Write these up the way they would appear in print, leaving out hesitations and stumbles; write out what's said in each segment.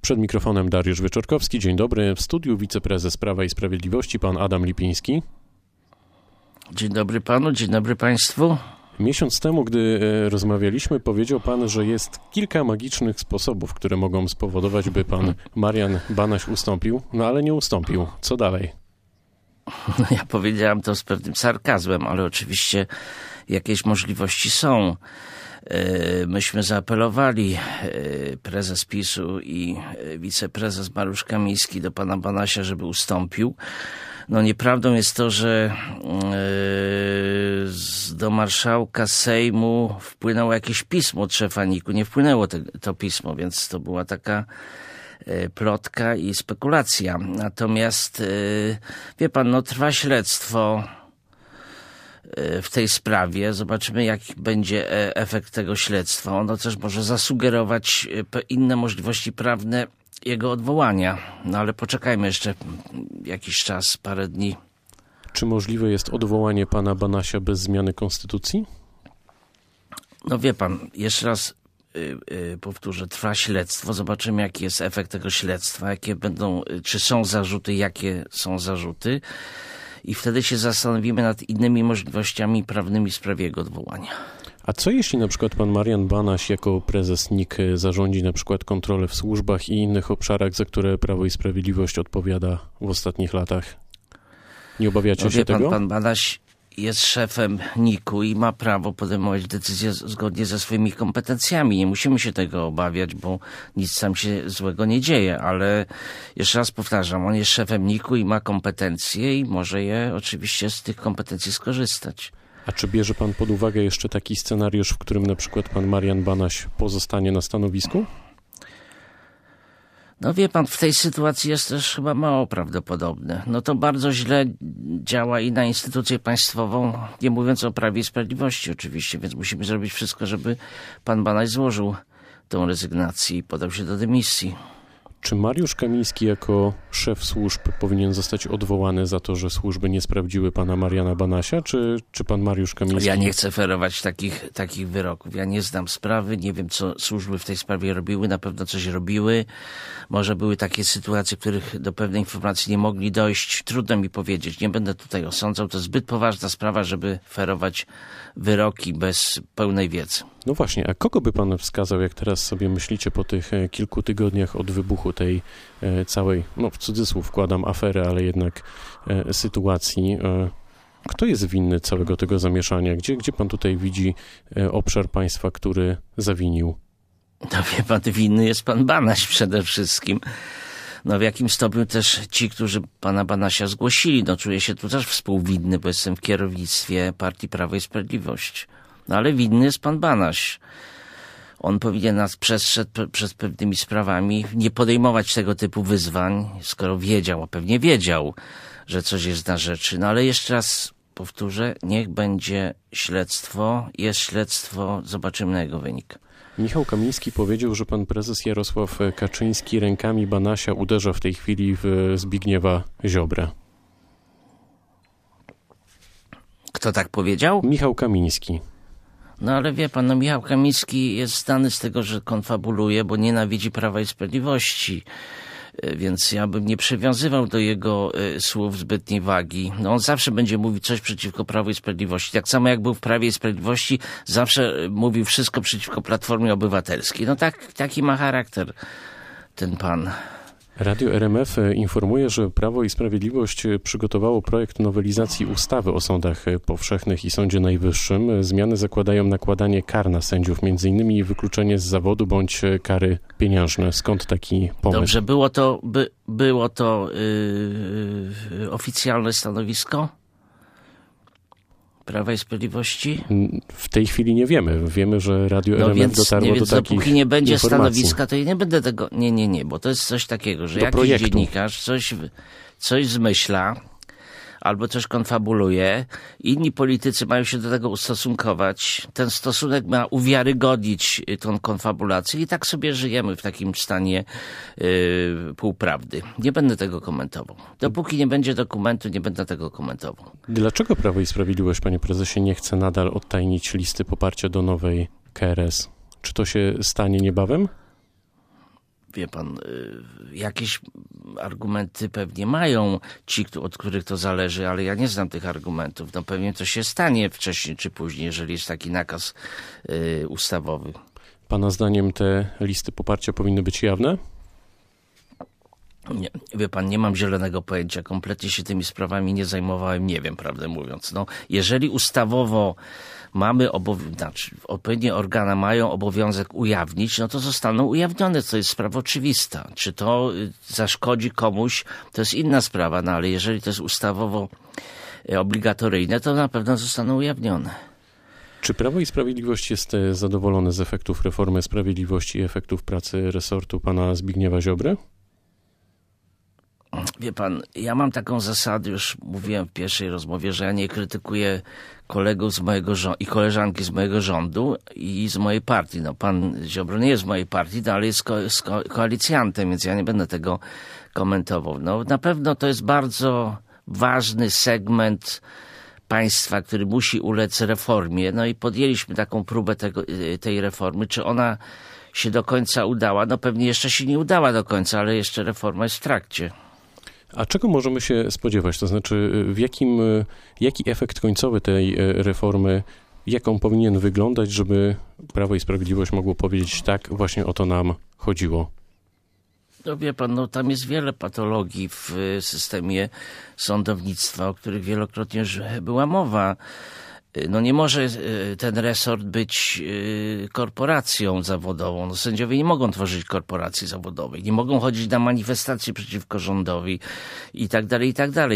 Przed mikrofonem Dariusz Wieczorkowski. Dzień dobry. W studiu wiceprezes Prawa i Sprawiedliwości, pan Adam Lipiński. Dzień dobry panu, dzień dobry państwu. Miesiąc temu, gdy rozmawialiśmy, powiedział pan, że jest kilka magicznych sposobów, które mogą spowodować, by pan Marian Banaś ustąpił, no ale nie ustąpił. Co dalej? No ja powiedziałem to z pewnym sarkazmem, ale oczywiście jakieś możliwości są. Myśmy zaapelowali, prezes PiS-u i wiceprezes Mariusz Kamiński, do pana Banasia, żeby ustąpił. No nieprawdą jest to, że do marszałka Sejmu wpłynęło jakieś pismo od szefa NIK-u. Nie wpłynęło to pismo, więc to była taka plotka i spekulacja. Natomiast wie pan, no trwa śledztwo w tej sprawie. Zobaczymy, jaki będzie efekt tego śledztwa. Ono też może zasugerować inne możliwości prawne jego odwołania. No ale poczekajmy jeszcze jakiś czas, parę dni. Czy możliwe jest odwołanie pana Banasia bez zmiany konstytucji? No wie pan, jeszcze raz powtórzę, trwa śledztwo. Zobaczymy, jaki jest efekt tego śledztwa, jakie będą, czy są zarzuty, jakie są zarzuty. I wtedy się zastanowimy nad innymi możliwościami prawnymi w sprawie jego odwołania. A co jeśli na przykład pan Marian Banaś jako prezes NIK zarządzi na przykład kontrolę w służbach i innych obszarach, za które Prawo i Sprawiedliwość odpowiada w ostatnich latach? Nie obawiacie się tego? Pan Banaś jest szefem NIK-u i ma prawo podejmować decyzje zgodnie ze swoimi kompetencjami. Nie musimy się tego obawiać, bo nic tam się złego nie dzieje, ale jeszcze raz powtarzam, on jest szefem NIK-u i ma kompetencje i może je oczywiście z tych kompetencji skorzystać. A czy bierze pan pod uwagę jeszcze taki scenariusz, w którym na przykład pan Marian Banaś pozostanie na stanowisku? No wie pan, w tej sytuacji jest też chyba mało prawdopodobne. No to bardzo źle działa i na instytucję państwową, nie mówiąc o Prawie i Sprawiedliwości oczywiście, więc musimy zrobić wszystko, żeby pan Banaś złożył tę rezygnację i podał się do dymisji. Czy Mariusz Kamiński jako szef służb powinien zostać odwołany za to, że służby nie sprawdziły pana Mariana Banasia, czy pan Mariusz Kamiński... Ja nie chcę ferować takich wyroków. Ja nie znam sprawy, nie wiem, co służby w tej sprawie robiły, na pewno coś robiły. Może były takie sytuacje, w których do pewnej informacji nie mogli dojść. Trudno mi powiedzieć, nie będę tutaj osądzał. To zbyt poważna sprawa, żeby ferować wyroki bez pełnej wiedzy. No właśnie, a kogo by pan wskazał, jak teraz sobie myślicie po tych kilku tygodniach od wybuchu tej całej, no w cudzysłów wkładam afery, ale jednak sytuacji. Kto jest winny całego tego zamieszania? Gdzie pan tutaj widzi obszar państwa, który zawinił? No wie pan, winny jest pan Banaś przede wszystkim. No w jakim stopniu też ci, którzy pana Banasia zgłosili. No czuję się tu też współwinny, bo jestem w kierownictwie Partii Prawo i Sprawiedliwość. No ale winny jest pan Banaś. On powinien nas przestrzec przed pewnymi sprawami, nie podejmować tego typu wyzwań, skoro wiedział, a pewnie wiedział, że coś jest na rzeczy. No ale jeszcze raz powtórzę, niech będzie śledztwo, jest śledztwo, zobaczymy na jego wynik. Michał Kamiński powiedział, że pan prezes Jarosław Kaczyński rękami Banasia uderza w tej chwili w Zbigniewa Ziobrę. Kto tak powiedział? Michał Kamiński. No ale wie pan, Michał Kamiński jest znany z tego, że konfabuluje, bo nienawidzi Prawa i Sprawiedliwości. Więc ja bym nie przywiązywał do jego słów zbytniej wagi. No on zawsze będzie mówił coś przeciwko Prawu i Sprawiedliwości. Tak samo jak był w Prawie i Sprawiedliwości, zawsze mówił wszystko przeciwko Platformie Obywatelskiej. No taki ma charakter ten pan. Radio RMF informuje, że Prawo i Sprawiedliwość przygotowało projekt nowelizacji ustawy o sądach powszechnych i Sądzie Najwyższym. Zmiany zakładają nakładanie kar na sędziów, m.in. wykluczenie z zawodu bądź kary pieniężne. Skąd taki pomysł? Dobrze, było to oficjalne stanowisko Prawa i Sprawiedliwości? W tej chwili nie wiemy. Wiemy, że Radio RMF dotarło do takich dopóki nie będzie informacji. Stanowiska, to ja nie będę tego... Nie, bo to jest coś takiego, że jakiś dziennikarz coś zmyśla albo coś konfabuluje. Inni politycy mają się do tego ustosunkować. Ten stosunek ma uwiarygodnić tą konfabulację i tak sobie żyjemy w takim stanie półprawdy. Nie będę tego komentował. Dopóki nie będzie dokumentu, nie będę tego komentował. Dlaczego Prawo i Sprawiedliwość, panie prezesie, nie chce nadal odtajnić listy poparcia do nowej KRS? Czy to się stanie niebawem? wie pan, jakieś argumenty pewnie mają ci, od których to zależy, ale ja nie znam tych argumentów. No pewnie to się stanie wcześniej czy później, jeżeli jest taki nakaz ustawowy. Pana zdaniem te listy poparcia powinny być jawne? Nie, wie pan, nie mam zielonego pojęcia, kompletnie się tymi sprawami nie zajmowałem, nie wiem, prawdę mówiąc. No, jeżeli ustawowo mamy odpowiednie organy mają obowiązek ujawnić, no to zostaną ujawnione, co jest sprawa oczywista. Czy to zaszkodzi komuś, to jest inna sprawa, no ale jeżeli to jest ustawowo obligatoryjne, to na pewno zostaną ujawnione. Czy Prawo i Sprawiedliwość jest zadowolone z efektów reformy sprawiedliwości i efektów pracy resortu pana Zbigniewa Ziobry? Wie pan, ja mam taką zasadę, już mówiłem w pierwszej rozmowie, że ja nie krytykuję kolegów z mojego i koleżanki z mojego rządu i z mojej partii. No pan Ziobro nie jest z mojej partii, no, ale jest koalicjantem, więc ja nie będę tego komentował. No na pewno to jest bardzo ważny segment państwa, który musi ulec reformie. No i podjęliśmy taką próbę tej reformy. Czy ona się do końca udała? No pewnie jeszcze się nie udała do końca, ale jeszcze reforma jest w trakcie. A czego możemy się spodziewać? To znaczy, jaki efekt końcowy tej reformy, jak on powinien wyglądać, żeby Prawo i Sprawiedliwość mogło powiedzieć, tak, właśnie o to nam chodziło? No wie pan, no tam jest wiele patologii w systemie sądownictwa, o których wielokrotnie już była mowa. No nie może ten resort być korporacją zawodową. No sędziowie nie mogą tworzyć korporacji zawodowej, nie mogą chodzić na manifestacje przeciwko rządowi i tak dalej, i tak dalej.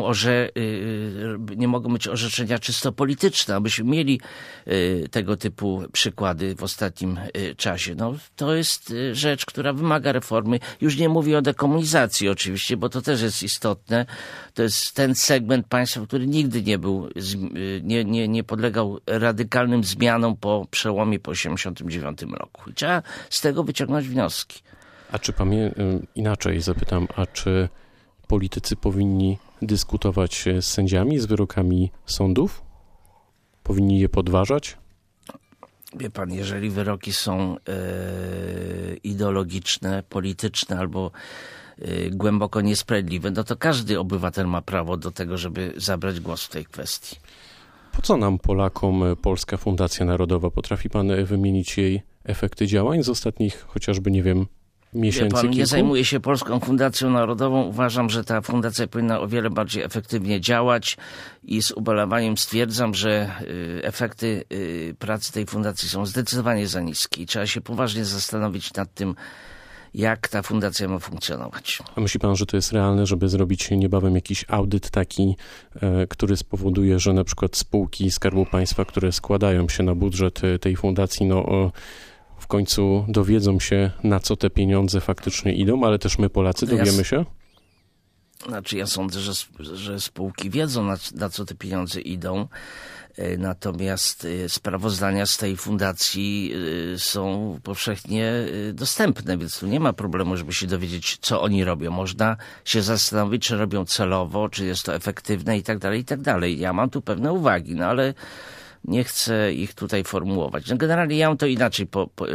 Nie mogą być orzeczenia czysto polityczne, abyśmy mieli tego typu przykłady w ostatnim czasie. No to jest rzecz, która wymaga reformy. Już nie mówię o dekomunizacji oczywiście, bo to też jest istotne. To jest ten segment państwa, który nigdy nie był, nie podlegał radykalnym zmianom po przełomie po 1989 roku. I trzeba z tego wyciągnąć wnioski. A czy inaczej zapytam, a czy politycy powinni dyskutować z sędziami, z wyrokami sądów? Powinni je podważać? Wie pan, jeżeli wyroki są ideologiczne, polityczne albo głęboko niesprawiedliwe, no to każdy obywatel ma prawo do tego, żeby zabrać głos w tej kwestii. Po co nam, Polakom, Polska Fundacja Narodowa? Potrafi pan wymienić jej efekty działań z ostatnich chociażby, nie wiem, miesięcy? Wie pan, nie zajmuję się Polską Fundacją Narodową. Uważam, że ta fundacja powinna o wiele bardziej efektywnie działać i z ubolewaniem stwierdzam, że efekty pracy tej fundacji są zdecydowanie za niskie i trzeba się poważnie zastanowić nad tym, jak ta fundacja ma funkcjonować. A myśli pan, że to jest realne, żeby zrobić niebawem jakiś audyt taki, który spowoduje, że na przykład spółki Skarbu Państwa, które składają się na budżet tej fundacji, w końcu dowiedzą się, na co te pieniądze faktycznie idą, ale też my, Polacy, dowiemy się? Znaczy ja sądzę, że spółki wiedzą, na co te pieniądze idą. Natomiast sprawozdania z tej fundacji są powszechnie dostępne, więc tu nie ma problemu, żeby się dowiedzieć, co oni robią. Można się zastanowić, czy robią celowo, czy jest to efektywne i tak dalej, i tak dalej. Ja mam tu pewne uwagi, no ale nie chcę ich tutaj formułować. No generalnie ja bym to inaczej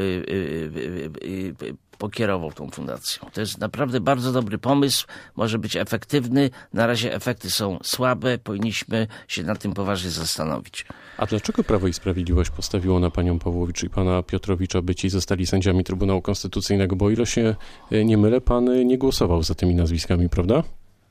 pokierował tą fundacją. To jest naprawdę bardzo dobry pomysł, może być efektywny. Na razie efekty są słabe, powinniśmy się nad tym poważnie zastanowić. A dlaczego Prawo i Sprawiedliwość postawiło na panią Pawłowicz i pana Piotrowicza, by ci zostali sędziami Trybunału Konstytucyjnego? Bo o ile się nie mylę, pan nie głosował za tymi nazwiskami, prawda?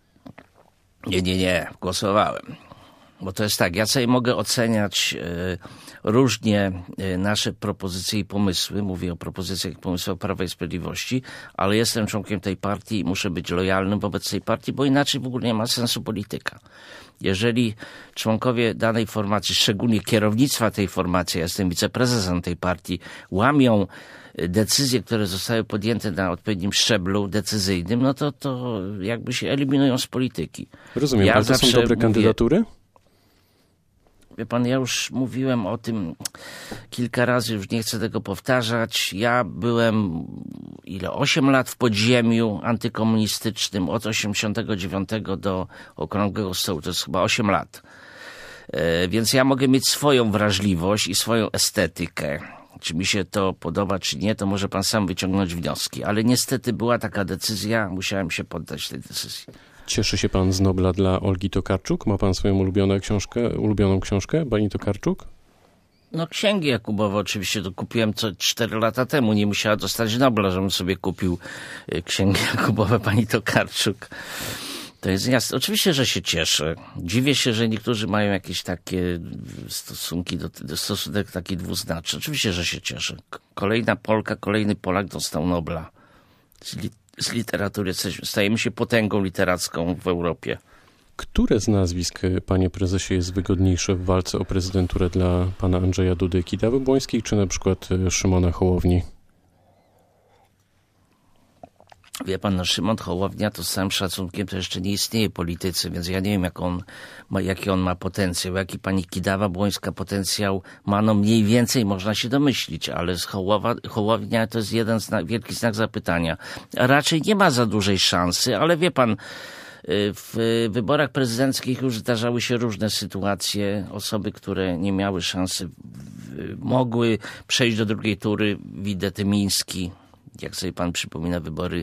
Nie, głosowałem. Bo to jest tak, ja sobie mogę oceniać różnie nasze propozycje i pomysły. Mówię o propozycjach i pomysłach Prawa i Sprawiedliwości, ale jestem członkiem tej partii i muszę być lojalnym wobec tej partii, bo inaczej w ogóle nie ma sensu polityka. Jeżeli członkowie danej formacji, szczególnie kierownictwa tej formacji, ja jestem wiceprezesem tej partii, łamią decyzje, które zostały podjęte na odpowiednim szczeblu decyzyjnym, no to jakby się eliminują z polityki. Rozumiem, ale to są dobre kandydatury? Wie pan, ja już mówiłem o tym kilka razy, już nie chcę tego powtarzać. Ja byłem 8 lat w podziemiu antykomunistycznym, od 89 do Okrągłego Stołu, to jest chyba 8 lat. Więc ja mogę mieć swoją wrażliwość i swoją estetykę. Czy mi się to podoba, czy nie, to może pan sam wyciągnąć wnioski. Ale niestety była taka decyzja, musiałem się poddać tej decyzji. Cieszy się pan z Nobla dla Olgi Tokarczuk? Ma pan swoją ulubioną książkę Bani Tokarczuk? No księgi Jakubowe oczywiście to kupiłem 4 lata temu. Nie musiała dostać Nobla, żebym sobie kupił księgi Jakubowe pani Tokarczuk. To jest jasne. Oczywiście, że się cieszę. Dziwię się, że niektórzy mają jakieś takie stosunek taki dwuznaczny. Oczywiście, że się cieszę. Kolejna Polka, kolejny Polak dostał Nobla z literatury. Stajemy się potęgą literacką w Europie. Które z nazwisk, panie prezesie, jest wygodniejsze w walce o prezydenturę dla pana Andrzeja Dudy, Kidawy Błońskiej, czy na przykład Szymona Hołowni? Wie pan, Szymon Hołownia to z całym szacunkiem to jeszcze nie istnieje politycy, więc ja nie wiem, jaki on ma potencjał, jaki pani Kidawa Błońska potencjał ma, no mniej więcej można się domyślić, ale Hołownia to jest jeden wielki znak zapytania. Raczej nie ma za dużej szansy, ale wie pan, w wyborach prezydenckich już zdarzały się różne sytuacje. Osoby, które nie miały szansy, mogły przejść do drugiej tury. Widytymiński, jak sobie pan przypomina, wybory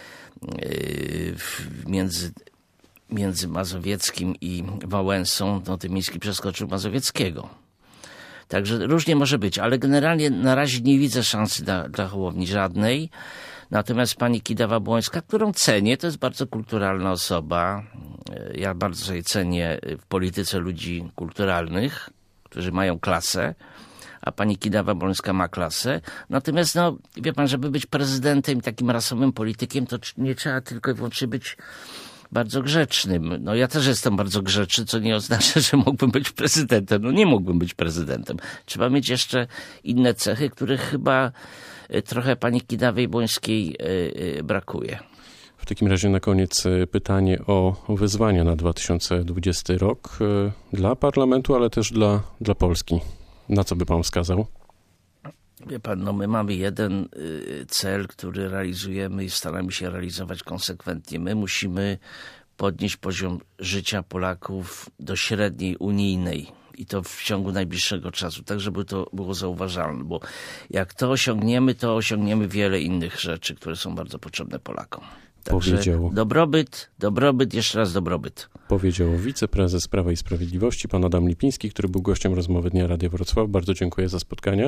między Mazowieckim i Wałęsą, no Tymiński przeskoczył Mazowieckiego. Także różnie może być, ale generalnie na razie nie widzę szansy dla Hołowni żadnej. Natomiast pani Kidawa Błońska, którą cenię, to jest bardzo kulturalna osoba. Ja bardzo sobie cenię w polityce ludzi kulturalnych, którzy mają klasę, a pani Kidawa Błońska ma klasę. Natomiast, no, wie pan, żeby być prezydentem i takim rasowym politykiem, to nie trzeba tylko i wyłącznie być bardzo grzecznym. No ja też jestem bardzo grzeczny, co nie oznacza, że mógłbym być prezydentem. No nie mógłbym być prezydentem. Trzeba mieć jeszcze inne cechy, których chyba trochę pani Kidawej Błońskiej brakuje. W takim razie na koniec pytanie o wyzwania na 2020 rok dla parlamentu, ale też dla Polski. Na co by pan wskazał? Wie pan, no my mamy jeden cel, który realizujemy i staramy się realizować konsekwentnie. My musimy podnieść poziom życia Polaków do średniej unijnej i to w ciągu najbliższego czasu, tak żeby to było zauważalne, bo jak to osiągniemy wiele innych rzeczy, które są bardzo potrzebne Polakom. Także dobrobyt, jeszcze raz dobrobyt. Powiedział wiceprezes Prawa i Sprawiedliwości, pan Adam Lipiński, który był gościem rozmowy Dnia Radia Wrocław. Bardzo dziękuję za spotkanie.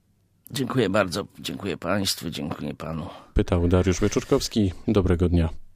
Dziękuję bardzo, dziękuję państwu, dziękuję panu. Pytał Dariusz Wieczorkowski. Dobrego dnia.